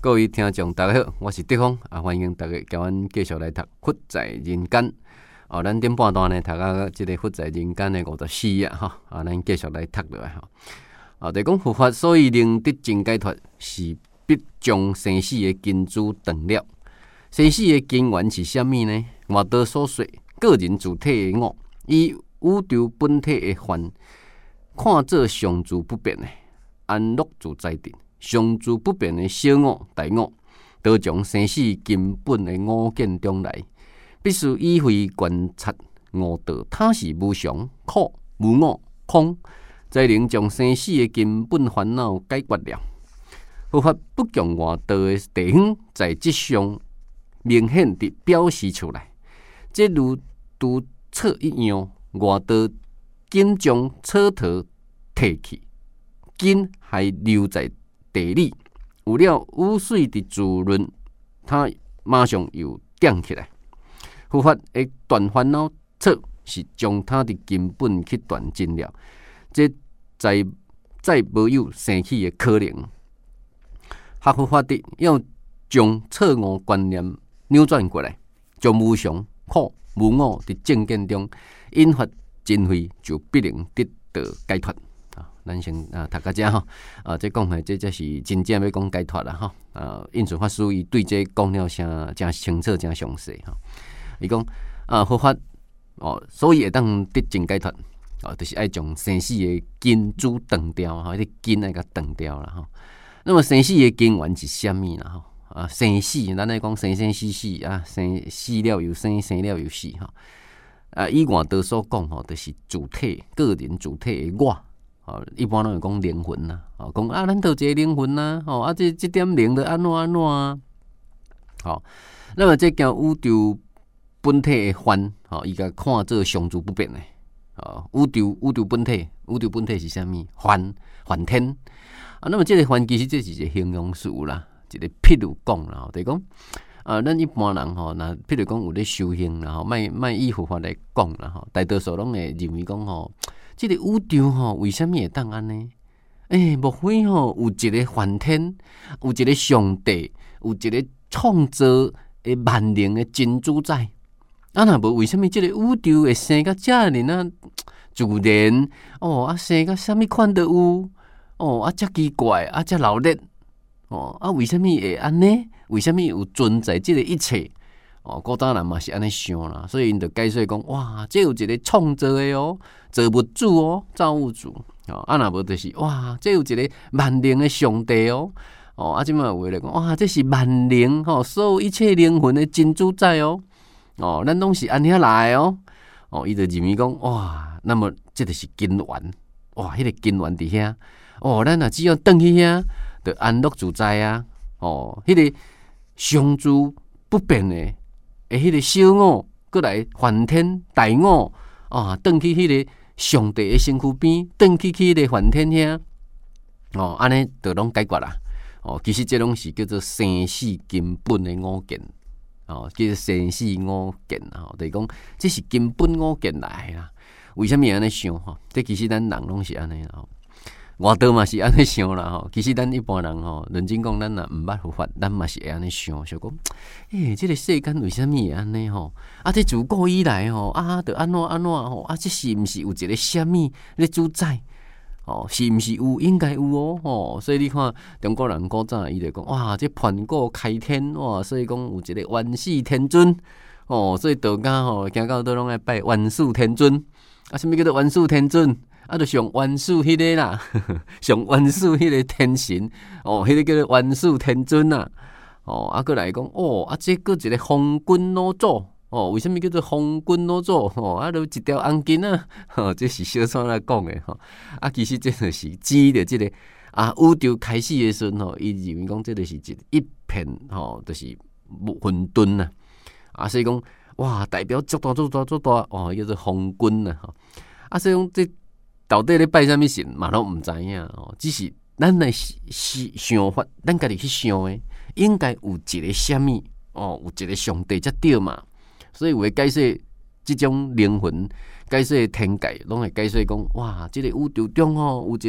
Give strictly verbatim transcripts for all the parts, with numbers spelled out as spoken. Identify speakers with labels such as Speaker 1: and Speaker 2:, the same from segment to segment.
Speaker 1: 各位听众大家好，我是德峰啊，欢迎大家跟阮继续来读《佛在人间》哦。咱顶半段呢，读到即个《佛在人间》的五十四页哈啊，咱继续来读落来哈。啊，就讲佛法所以能得真解脱，是必将生死的根珠断了。生死的根源是啥物呢？外道所说，个人主体的我，以宇宙本体的幻，看做常住不变的安乐自在定。常住不变的小我、大我，都从生死根本的我见中来，必须依会观察我道，它是无常、苦、无我、空，才能将生死的根本烦恼解决了。佛法不将外道的地方在即上明显地表示出来，即如拄册一样，外道紧将册头摕去，紧还留在地里，有了污水的滋润，它马上又点起来。佛法的断烦恼册是将它的根本去断尽了，这再再无有生起的可能。学佛法的要将错误观念扭转过来，将无常、苦、无我的正见中引发真慧，就必能得到解脱。咱先啊，读到这吼啊，这讲的这才是真正要讲解脱啦吼啊！印顺法师伊对这讲了真真清楚、真详细吼。伊讲啊，佛法哦，所以会当得真解脱哦，就是爱将生死的根珠断掉吼，迄个根爱甲断掉啦吼。那么生死的根源是啥物啦吼？啊，生死，咱来讲生生死死啊，生死了又生，生了又死吼。啊，以外道所讲吼，就是主体、个人主体的我。哦，一般拢会讲灵魂呐，哦，讲啊，咱都一个灵魂呐，哦，啊，这这点灵的安怎安怎啊？好，那么这叫宇宙本体的幻，哦，伊个看做常住不变的，哦，宇宙宇宙本体，宇宙本体是啥物？幻幻天啊，那么这个幻其实这是一个形容词啦，一个譬如讲啦，就是讲啊，咱一般人吼，那譬如讲有咧修行啦，吼，卖卖以佛法来讲啦，吼，大多数拢会认为讲吼。这个宇宙吼，为什么会当安尼？诶、欸，莫非吼有一个梵天，有一个上帝，有一个创造的万能的真主宰？啊，若无为什么这个宇宙会生到遮尔啊自然？哦，啊生到啥物款都有？哦，啊遮奇怪，啊遮闹热？哦，啊为什么会安尼？为什么有存在这个一切？哦，古早人嘛是安尼想啦，所以因就解说讲，哇，这有一个创造的哦，造物主哦，造物主哦，啊若无就是哇，这有一个万能的上帝哦，哦，啊，即马有话来讲，哇，这是万能吼、哦，所有一切灵魂的真主宰哦，哦，咱拢是安尼来哦，哦，伊就认为讲，哇，那么这就是根源，哇，迄、那个根源伫遐，哦，咱若只要转去遐，就安乐自在啊，哦，迄、那个常住不变的。诶，迄个小我，过来梵天大我啊，转去迄个上帝的身躯边，转去去迄个梵天遐，哦，安尼就拢解决啦。哦，其实这拢是叫做生死根本的我见，哦，叫做生死我见啊，就是讲这是根本我见来啦。为什么安尼想吼？这其实咱人拢是安尼啦。外道嘛是安尼想啦吼，其实咱一般人吼，认真讲，咱若毋捌佛法，咱嘛是会安尼想，想讲，诶、欸，这个世间为什么会安尼吼？啊，这自古以来吼，啊，着安怎安怎吼？啊，这是毋是有一个什么咧主宰？哦，是毋是有？应该有哦，吼。所以你看，中国人古早伊就讲，哇，这盘古开天，哇，所以讲有一个元始天尊，哦，所以道家吼，行到倒拢爱拜元始天尊。啊，什么叫做元始天尊？啊，就上元始迄个啦，上元始迄个天神哦，迄、那个叫做元始天尊啦。哦，啊，过来讲哦，啊，这个一个方君老祖哦，为什么叫做方君老祖？哦，啊，都一条红巾啊，哦，这是小说来讲的吼。啊，其实这就是指的这个啊，宇宙开始的时候，伊认为讲这就是一一片吼，就是混沌呐。啊，所以讲哇，代表足大足大足大哦，叫做方君呐。吼，啊，所以讲这。到底咧拜啥物神，嘛拢毋知影哦。只是咱来想法，咱家己去想诶，应该有一个啥物哦，有一个上帝才对嘛。所以有诶解释即种灵魂，解释天界，拢会解释讲，哇，即、这个宇宙中吼有一个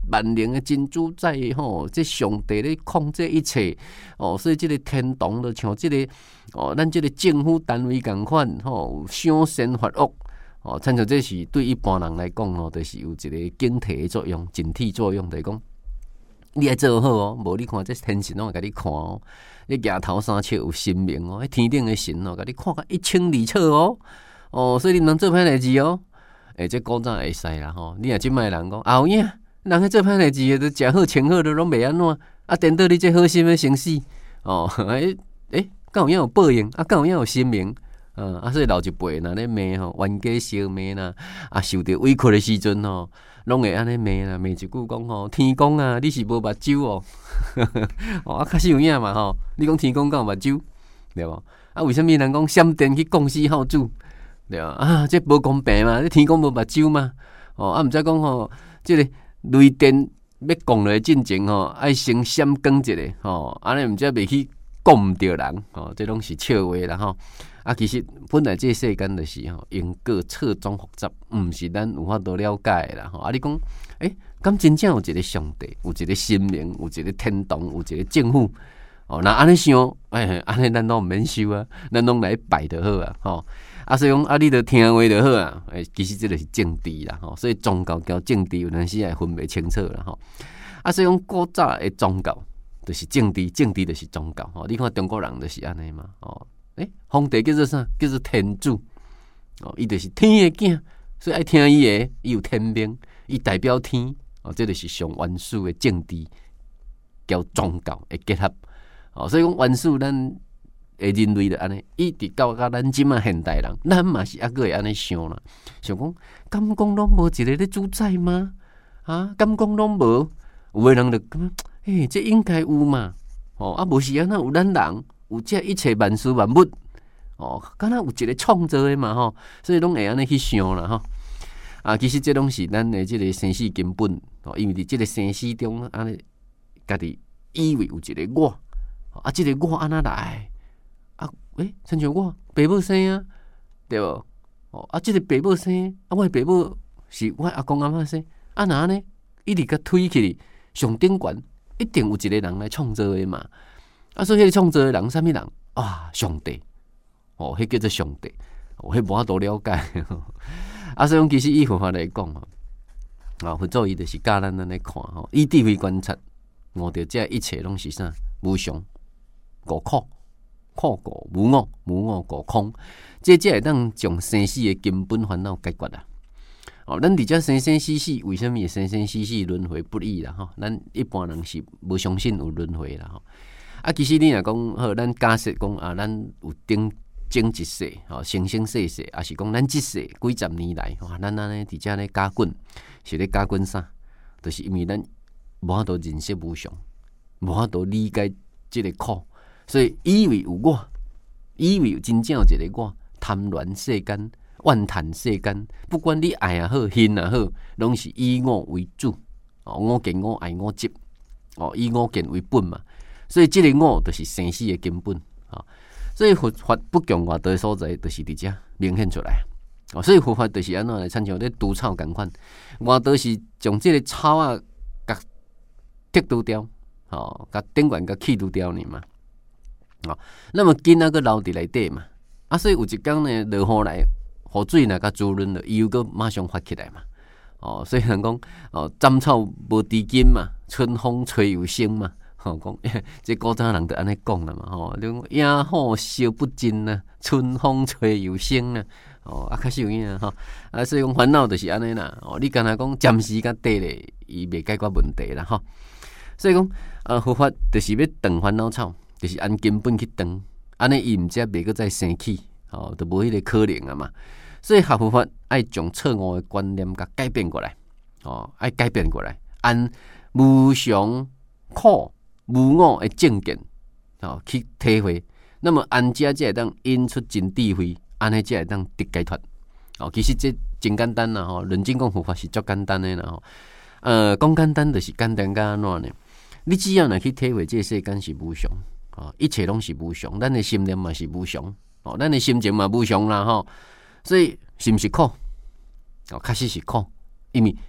Speaker 1: 万能的真主宰吼，这上帝咧控制一切哦，所以这个天堂就像这个哦，咱这个政府单位共款吼，赏善罚恶哦，亲像这是对一般人来讲哦，就是有一个警惕的作用、警惕作用，就是讲你爱做好哦，无你看这天神拢会甲你看哦，你额头三尺有神明哦，天顶的神哦，甲你看甲一清二楚哦，哦，所以你毋通做歹代志哦。诶，这古早会使啦吼！你若即摆人讲后影，人去做歹代志诶，都食好穿好都拢袂安怎？啊，颠倒你这好心诶生死哦！诶诶，敢有影有报应？啊，敢有影有神明？啊啊，所以老一辈若咧骂吼，冤家相骂啦，啊，受着委屈诶时阵吼，拢会安尼骂啦，骂一句讲吼，天公啊，你是无目睭哦？哦，啊，确实有影嘛吼！你讲天公敢有目睭，对无？啊，为什么人讲闪电去降死孝子？对啊，啊，这无公平嘛，这天公无目睭嘛，哦，啊，毋知讲吼，这个雷电要降落进前吼，爱先闪光一下，吼，安尼毋知袂去降毋着人，吼，这拢是笑话啦，吼。啊，其实本来这世间就是吼，因果错综复杂，毋是咱有法度了解的啦，吼。啊，你讲，诶，敢真正有一个上帝，有一个神明，有一个天堂，有一个政府，哦，那安尼想，哎，安尼咱拢毋免修啊，咱拢来拜就好啊，吼。啊，所以讲啊，你着听话就好啊。诶，其实这就是政治啦，吼。所以宗教交政治有阵时也分袂清楚啦，吼。啊，所以讲古早诶宗教就是政治，政治就是宗教，吼。你看中国人就是安尼嘛，哦，诶，皇帝叫做啥？叫做天主，哦，伊就是天诶囝，所以爱听伊诶，伊有天命，伊代表天，哦，这就是上原始诶政治交宗教诶结合，哦，所以讲原始咱。诶，人类就安尼，一直到甲咱即马现代人，咱嘛是抑个会安尼想啦。想讲，敢讲拢无一个咧主宰吗？啊，敢讲拢无？有诶人就感觉，诶，这应该有嘛？哦，啊，无是安那有咱人有这一切万事万物，哦，敢若有一个创造诶嘛吼，所以拢会安尼去想啦吼。啊，其实这拢是咱诶即个生死根本，哦，因为伫即个生死中，安尼家己以为有一个我，啊，即、这个我安那来？啊，诶，亲像我爸母生啊，对无？哦，啊，即、这个爸母生，啊，我爸母是我阿公阿嬷生，啊，那呢，一直甲推起上顶悬，一定有一个人来创造的嘛。啊，所以迄个创造的人，啥物人？啊，上帝，哦，迄叫做上帝，哦，迄无法度了解。啊，所以其实以佛法来讲吼，啊，佛祖伊就是教咱安尼看吼，以智慧观察，悟着这一切拢是啥？无常、无苦。苦果无我，无我果空，这才会当将生死的根本烦恼解决啦。哦，咱伫遮生生死死，为什么会生生死死轮回不已啦？吼，咱一般人是无相信有轮回啦。吼，啊，其实你若讲好，咱假设讲啊，咱有顶前一世，吼，生生世世，也是讲咱即世几十年来，哇，咱安尼伫遮咧加滚，是咧加滚啥？就是因为咱无法度认识无常，无法度理解即个苦。所以以为有我，以为有真正有一个我，贪恋世间，怨叹世间，不管你爱也好，恨也好，拢是以我为主。哦，我见我爱我执，哦，以我见为本嘛。所以这个我就是生死的根本。哦，所以佛法不共外道的所在，就是伫遮明显出来。哦，所以佛法就是安怎来，亲像咧除草共款，外道是将这个草啊，甲剔除掉，哦，甲顶悬甲去除掉呢嘛。哦，那么根那个留伫内底嘛，啊，所以有一天呢，落雨来，雨水若甲滋润了，伊又个马上发起来嘛。哦，所以人讲哦，斩草无知根嘛，春风吹又生嘛。吼，讲这古早人就安尼讲啦嘛。吼，你讲野火烧不尽啊，春风吹又生啊。哦，啊，确实有影啊。吼，啊，所以讲烦恼就是安尼啦。哦，你干那讲暂时甲短咧，伊袂解决问题啦。吼，所以讲啊，佛法就是要断烦恼草。就是按根本去断，安尼伊毋则袂阁再生起，吼，就无迄个可能啊嘛。所以学佛法爱将错误的观念甲改变过来，哦，爱改变过来，按无常、苦、无我的正见，哦，去体会。那么按遮才会当引出真智慧，安尼才会当得解脱。哦，其实这真简单啦，吼，认真讲佛法是足简单的啦，吼。呃，讲简单就是简单甲安怎呢？你只要若去体会，这世间是无常。哦，一切拢是无常，咱的心念嘛是无常，哦，咱的心情嘛无常啦，吼，所以是毋是苦？哦，确实是苦，因为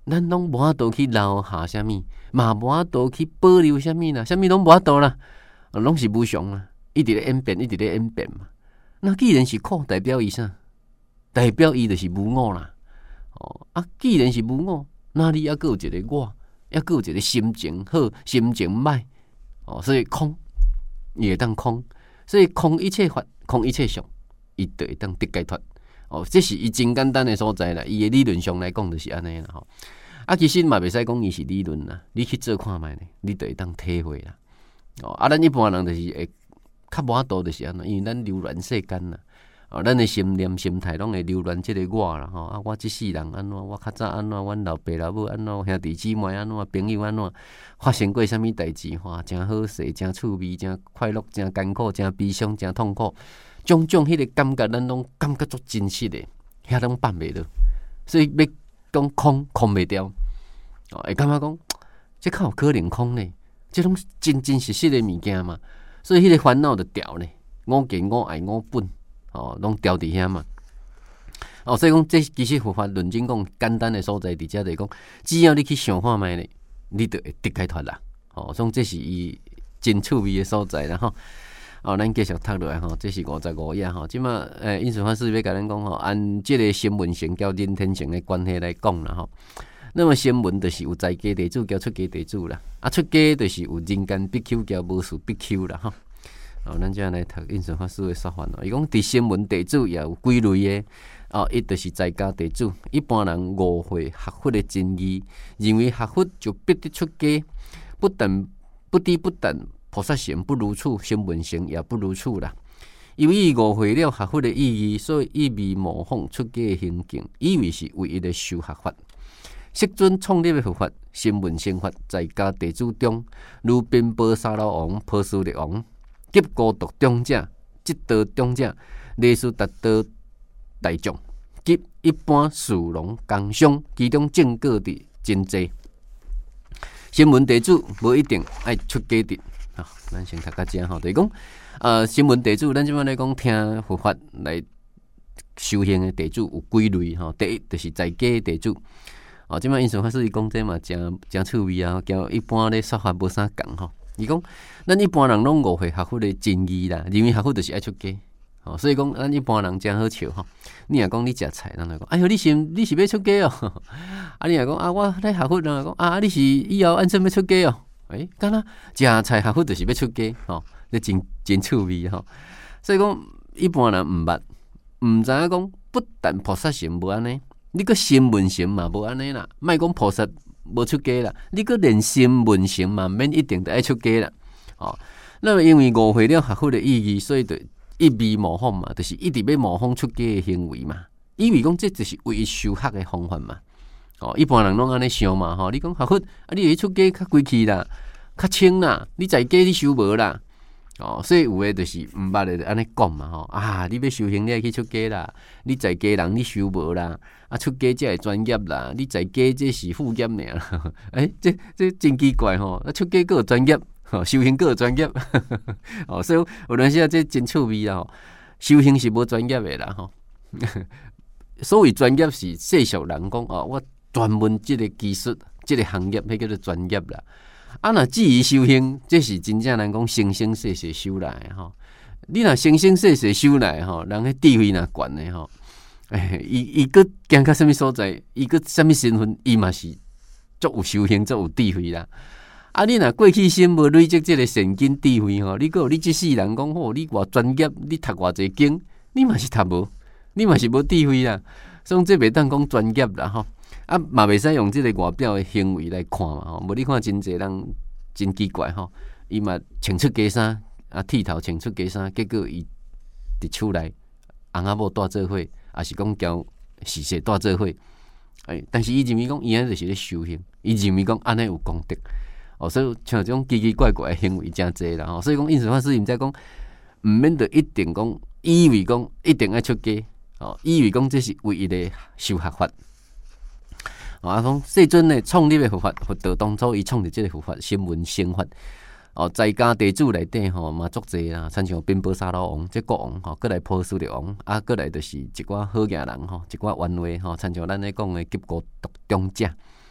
Speaker 1: 咱拢无法度去留下啥物，嘛无法度去保留啥物啦，啥物拢无法度啦，拢是无常啦，一直咧演变，一直咧演变嘛。那既然是苦，代表伊啥？代表伊就是无我啦。哦啊，既然是无我，那你还佫有一个我，还佫有一个心情好，心情歹。哦，所以空，伊会当空，所以空一切法，空一切相，伊就会当得解脱。哦，这是伊真简单的所在啦。伊的理论上来讲就是安尼啦吼。啊，其实嘛袂使讲伊是理论啦，你去做看觅呢，你就会当体会啦。哦，啊，咱一般人就是会较无法度就是安尼，因为咱流连世间啦。哦，咱的心念、心态拢会流连即个我啦吼。啊，我即世人安怎？我较早安怎？阮老爸老母安怎？兄弟姊妹安怎？朋友安怎？发生过啥物代志？吼，真好势，真趣味，真快乐，真艰苦，真悲伤，真痛苦。种种迄个感觉，咱拢感觉足真实的，遐拢办袂到，所以要讲空空袂掉，哦，会感觉讲，这较有可能空呢？这种真真实实的物件嘛，所以迄个烦恼就掉呢，我见我爱我本，哦，拢掉伫遐嘛。哦，所以讲，这其实佛法论真讲简单的所在，伫遮就是讲，只要你去想看觅呢，你就会得解脱啦。哦，所以这是伊真趣味的所在啦吼。哦，咱继续读落来吼，这是五十五页吼。即马诶，印顺法师要甲咱讲吼，按即个声闻性交人天性的关系来讲啦吼。那么声闻就是有在家地主交出家地主啦，啊出家就是有人间必求交无事必求啦吼。哦，咱即来读印顺法师的说法咯。伊讲，伫声闻地主也有几类的。哦，一就是在家地主，一般人误会学佛的真义，认为学佛就必得出家，不但不低不但。菩萨行不如处，声闻行也不如处啦。由于误会了学佛的意义，所以一味模仿出家的行径，以为是唯一的修学法。释尊创立的佛法，声闻乘法，在家地主中，如宾波沙罗王、波斯匿王，及孤独中者、即道中者，类似达道大众，及一般士农工商，其中正果的真济。声闻地主无一定爱出家的。好，咱先读到这吼，就是讲，呃，声闻地主，咱即摆来讲听佛法来修行的地主有几类吼。第一就是在家的地主，哦，即摆印顺法师伊讲这嘛，真真趣味啊，交一般咧说法无啥共吼。伊讲，咱一般人拢误会学佛的真义啦，认为学佛就是爱出家，哦，所以讲咱一般人真好笑吼。你若讲你食菜，人来讲，哎呦，你是你是要出家哦？啊，你若讲啊，我来学佛，人来讲啊，你是以后安怎要出家哦？诶，敢若食菜学佛就是要出家吼，你真真趣味吼。所以讲，一般人毋捌，毋知影讲，不但菩萨行无安尼，你个声闻行嘛无安尼啦。莫讲菩萨无出家啦，你个连声闻行嘛免一定得爱出家啦。哦，那么因为误会了学佛的意义，所以就一味模仿嘛，就是一直要模仿出家的行为嘛，以为讲这就是唯一修学的方法嘛。哦，一般人拢安尼想嘛吼，你讲学佛啊，你去出家较规气啦，较清啦，你在家你修无啦，哦，所以有诶就是毋捌诶，安尼讲嘛吼啊，你要修行你爱去出家啦，你在家人你修无啦，啊出家才会专业啦，你在家这是副业尔啦，诶、欸，这这真奇怪吼，啊出家个有专业，吼修行个有专业，哦，所以有阵时啊，这真趣味啦吼，修行是无专业诶啦吼，所谓专业是世俗人讲哦，我。专门即个技术、即个行业，迄叫做专业啦。啊，若至于修行，这是真正人讲生生世世修来的吼。你若生生世世修来吼，人迄智慧若悬的吼，诶，伊伊个行到什么所在，伊个什么身份，伊嘛是足有修行、足有智慧啦。啊，你若过去心无累积即个善根智慧吼，你个你即世人讲吼，你偌专业，你读偌济经，你嘛是读无，你嘛是无智慧啦。所以这袂当讲专业啦吼。啊，嘛袂使用即个外表的行为来看嘛吼，无你看真侪人真奇怪吼，伊嘛穿出家衫，啊剃头穿出家衫，结果伊伫厝内翁仔某带做伙，也是讲交事实带做伙，哎，但是伊认为讲伊安就是咧修行，伊认为讲安尼有功德，哦，所以像这种奇奇怪怪的行为真侪啦吼，所以讲印顺法师毋知讲，毋免得一定讲以为讲一定爱出家，哦，以为讲这是唯一的修学法。啊，讲世尊呢创立的佛法，佛道当初伊创立即个佛法，声闻乘法。哦，在家地主内底吼嘛足济啦，亲像宾波沙罗王、即国王吼，过来波斯匿王，啊，过来就是一寡好行人吼，一寡冤话吼，亲像咱咧讲的急孤独中者，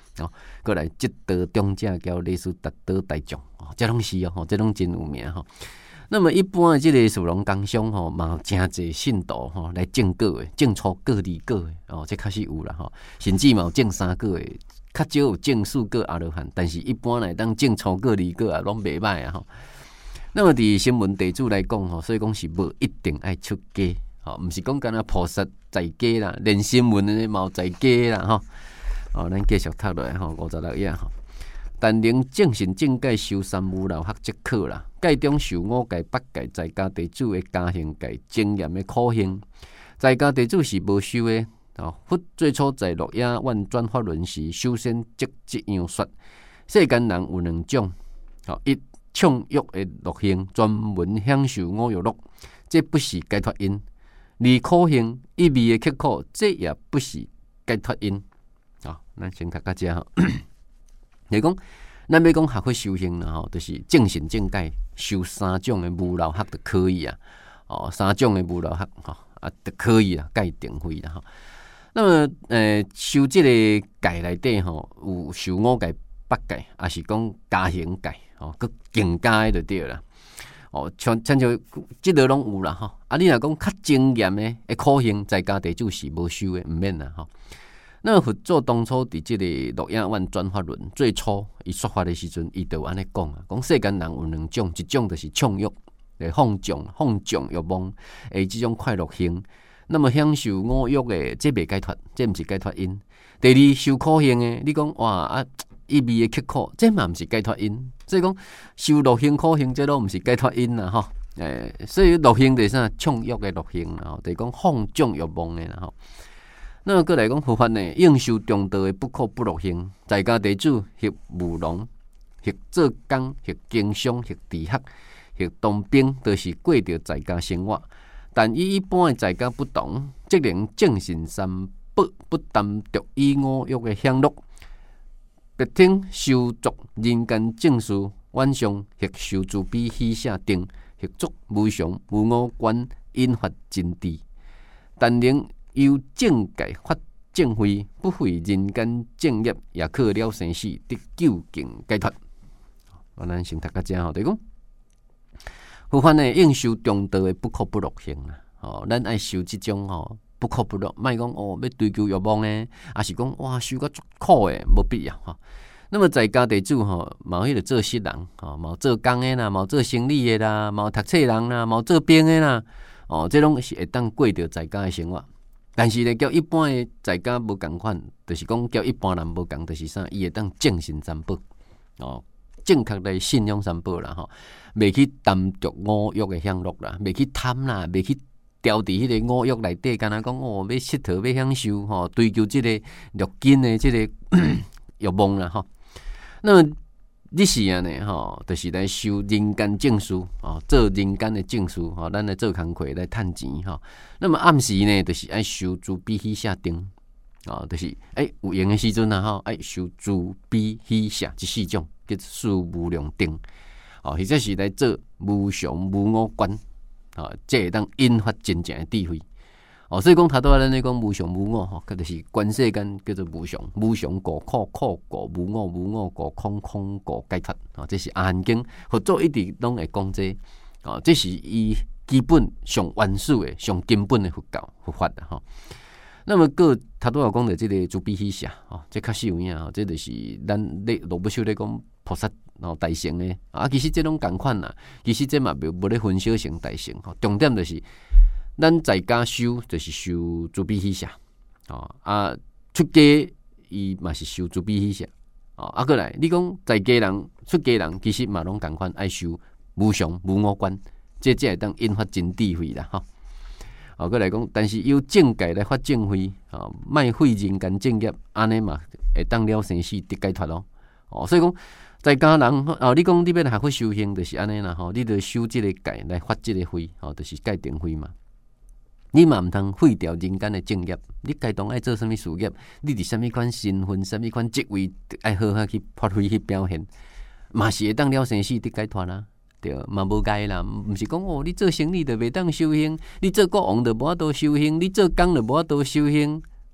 Speaker 1: 哦，过来即道中者交类似达道大将哦，这拢是哦，这拢真有名吼。那么一般的这个属龙工商吼，嘛有真侪信徒吼来种果的，种初果、二果的哦，这确实有啦吼，甚至嘛有种三果的，较少有种四果阿罗汉，但是一般来当种初果、二果啊，拢袂歹啊吼。那么伫新闻地主来讲吼，所以讲是无一定爱出家，吼，毋是讲干那菩萨在家啦，连新闻的嘛有在家啦吼。哦，咱继续读落来吼，五十六页吼。但能正神正解修三无漏学即可啦，界中受五界八界在家地主的家行界经验的苦行，在家地主是无修的。哦，佛最初在洛野万转法轮时，首先即即样说：世间人有两种，哦，一畅欲的乐行，专门享受五欲乐，这不是解脱因；二苦行，一味的刻苦，这也不是解脱因。啊、哦，咱先读到这吼。就是讲，咱要讲学会修行啦吼，就是正神正解，修三种的无漏学就可以啊。哦，三种的无漏学吼啊，就可以啦，戒定慧啦吼。那么，呃，修这个戒内底吼，有修五戒、八戒，也是讲加行戒，哦，佮更加的就对啦。哦，像像像即个拢有啦吼。啊，你若讲较精严的，诶，苦行在家地主是无修的，毋免啦吼。那佛祖当初伫即个洛野万转法轮最初伊说法的时阵，伊就安尼讲啊，讲世间人有两种，一种就是畅欲，来放纵、放纵欲望，诶，即种快乐行。那么享受五欲的，这袂解脱，这毋是解脱因。第二受苦行的，你讲哇啊，一味的刻苦，这嘛毋是解脱因。所以讲受乐行、苦行，这都毋是解脱因啦吼。诶，所以乐行就是啥畅欲的乐行啦，就是讲放纵欲望的啦吼。那么过来讲佛法呢，应受中道的不可不乐行，在家地主或务农，或做工，或经商，或治学，或当兵，都是过着在家生活。但与一般的在家不同，即能正信三宝，不耽着以五欲的享乐，白天修作人间正事，晚上或修慈悲喜舍定，或作无常无我观引发真谛。但能由正界发正慧，不费人间正业，也可了生死，得究竟解脱。我咱先读到这吼，就是讲佛法呢，应修中道的不可不乐行啦。哦，咱爱修即种吼不可不乐，莫讲哦要追求欲望呢，也是讲哇修个足苦诶，无必要哈。那么在家地主吼，嘛有迄个做事人，吼，嘛有做工诶啦，嘛有做生理诶啦，嘛有读册人啦，嘛有做兵诶啦，哦，这拢是会当过着在家诶生活。但是咧，叫一般的在家无共款，就是讲叫一般人无共，就是啥，伊会当正信三宝哦，正确来信仰三宝啦吼，袂去耽着五欲的享乐啦，袂去贪啦，袂去掉伫迄个五欲内底，干那讲哦，要佚佗要享受吼，追求即个欲金的即个欲望啦吼。那么你是安尼吼，就是来修人间正事哦，做人间的正事吼，咱来做工课来趁钱吼。那么暗时呢，就是爱修慈悲喜舍定哦，就是诶、欸、有闲的时阵啊吼，爱修慈悲喜舍这四种叫四无量定哦，或者是来做无常无我观哦，这会当引发真正的智慧。哦，所以讲头拄仔咱咧讲无常无我吼，就是观世间叫做无常，无常故苦，苦故无我，无我故空，空故解脱。哦，这是阿含经，佛祖一直拢会讲这个，哦，这是伊基本上原始的、上根本的佛教佛法的吼。那么个头拄仔讲的这个慈悲喜舍，哦，这确实有影吼，这就是咱咧罗不修咧讲菩萨哦大乘的啊，其实这种共款啦，其实这嘛无无咧分小乘大乘吼，重点就是。咱在家修就是修慈悲喜舍，哦啊，出家伊嘛是修慈悲喜舍，哦啊过来，你讲在家人出家人其实嘛拢共款爱修无常无我观，这才会当引发真智慧啦吼。哦，过来讲，但是由正界来发正慧，哦，莫费人间正业，安尼嘛会当了生死得解脱咯。哦，所以讲在家人哦，你讲你要来学会修行，就是安尼啦吼，你着修这个界来发这个慧，哦，就是戒定慧嘛。你嘛毋通废掉人间的正业，你该当爱做啥物事业，你伫啥物款身份、啥物款职位，爱好好去发挥去表现，嘛是会当了生死得解脱啦，对，嘛无解啦，毋是讲哦，你做生意就袂当修行，你做国王就无法度修行，你做工就无法度修行，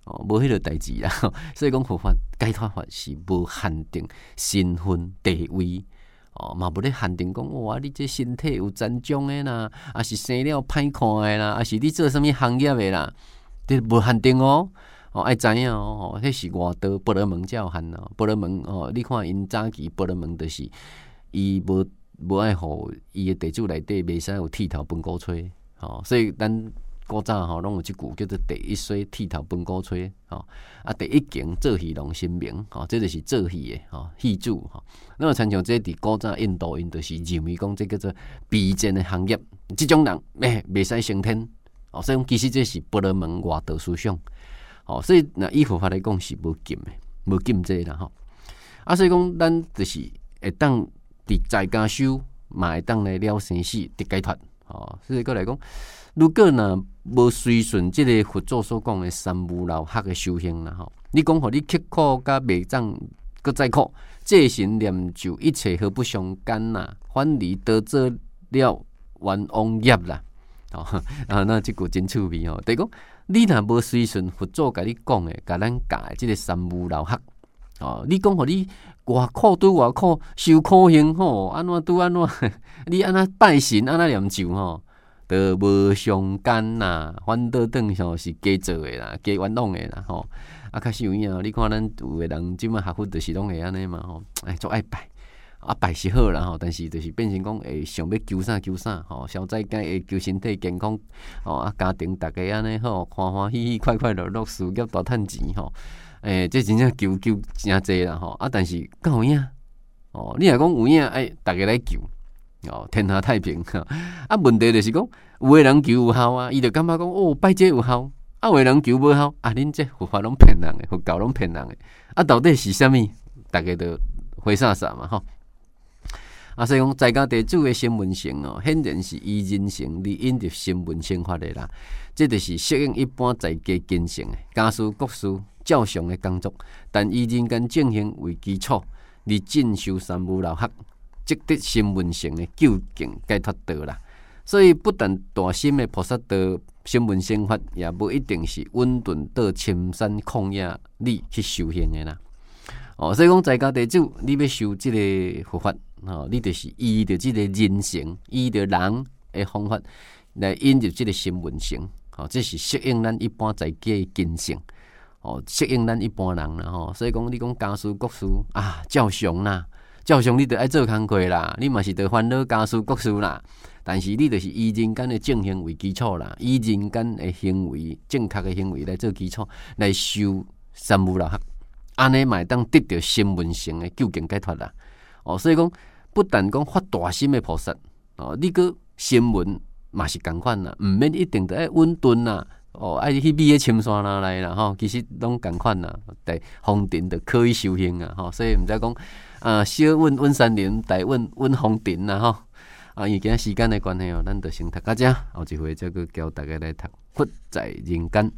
Speaker 1: 哦，无迄个代志啦。所以讲佛法解脱法是无限定身份地位。哦，嘛无咧限定讲，哇！你这身体有残障的啦，啊是生了歹看的啦，啊是你做什么行业的啦，这无限定哦。哦，爱知影哦，哦，迄是外道婆罗门才有限哦。婆罗门哦，你看因早期婆罗门就是伊无无爱互伊的地主内底袂使有剃头分鼓吹，哦，所以咱古早吼拢有一句叫做第一衰剃头分鼓吹，吼啊第一境做戏弄神明，吼这就是做戏的吼戏主吼。那么亲像这伫古早印度因就是认为讲这叫做卑贱的行业，即种人诶袂使升天，哦，所以其实这是婆罗门外道思想，哦，所以那依佛法来讲是无禁的，无禁这啦吼。啊，所以讲咱就是会当伫在家修，嘛会当来了生死得解脱，哦，所以过来讲。如果呢无随顺即个佛祖所讲的三无漏学的修行啦吼，你讲互你刻苦甲未长，搁再苦，戒行念咒一切何不相干呐？反而得做了冤枉业啦。哦，啊，那即句真趣味哦。第讲你若无随顺佛祖甲你讲的，甲咱教的即个三无漏学，哦，你讲互你偌苦拄偌苦，受苦刑吼，安怎拄安怎，你安怎拜神，安怎念咒吼。都无相干呐，反倒等像是假做的啦，假冤枉的啦吼。啊，确实有影，你看咱有的人即马学佛就是拢会安尼嘛吼，哎，足爱拜，啊拜是好啦吼，但是就是变成讲会想要求啥求啥吼，消灾解会求身体健康，吼啊家庭大家安尼好，欢欢喜喜、快快乐乐，事业大趁钱吼。诶、欸，这真正求求真济啦吼，啊，但是敢有影？哦，你若讲有影，哎，大家来求。哦，天下太平啊！问题就是讲，有个人求有效啊，伊就感觉讲哦，拜这有效；啊，有个人求无效啊，恁这佛法拢骗人的，佛教拢骗人的。啊，到底是啥物？大家都灰啥啥嘛吼。啊，所以讲在家地主的新闻性哦，显然是依人性嚟引入新闻生活的啦。这就是适应一般在家经性的家事国事照常的工作，但以人间正行为基础，嚟进修三无漏学。即得新闻性的究竟解脱道啦，所以不但大心的菩萨道新闻生活，也不一定是稳顿到深山旷野里去修行的啦。哦，所以讲在家地主，你要修即个佛法，哦，你就是依着即个人性，依着人的方法来引入即个新闻性，哦，这是适应咱一般在家的根性，哦，适应咱一般人啦，吼。所以讲你讲家事国事啊，照常啦。照常你得爱做工课啦，你嘛是得烦恼家事国事啦。但是你就是以人间的正行为基础啦，以人间的行为正确的行为来做基础，来修三无漏学，安尼嘛当得到新闻性的究竟解脱啦。哦，所以讲不但讲发大心的菩萨，哦，你个新闻嘛是共款啦，毋免一定得爱稳顿啦。哦，爱去美个深山哪来啦吼，其实拢共款啦，在风尘就可以修行啊吼，所以毋知讲啊，小稳稳山林，大稳稳风尘啦吼。啊，因为今仔时间的关系哦，咱就先读到这，后一回再去教大家来读《佛在人间》。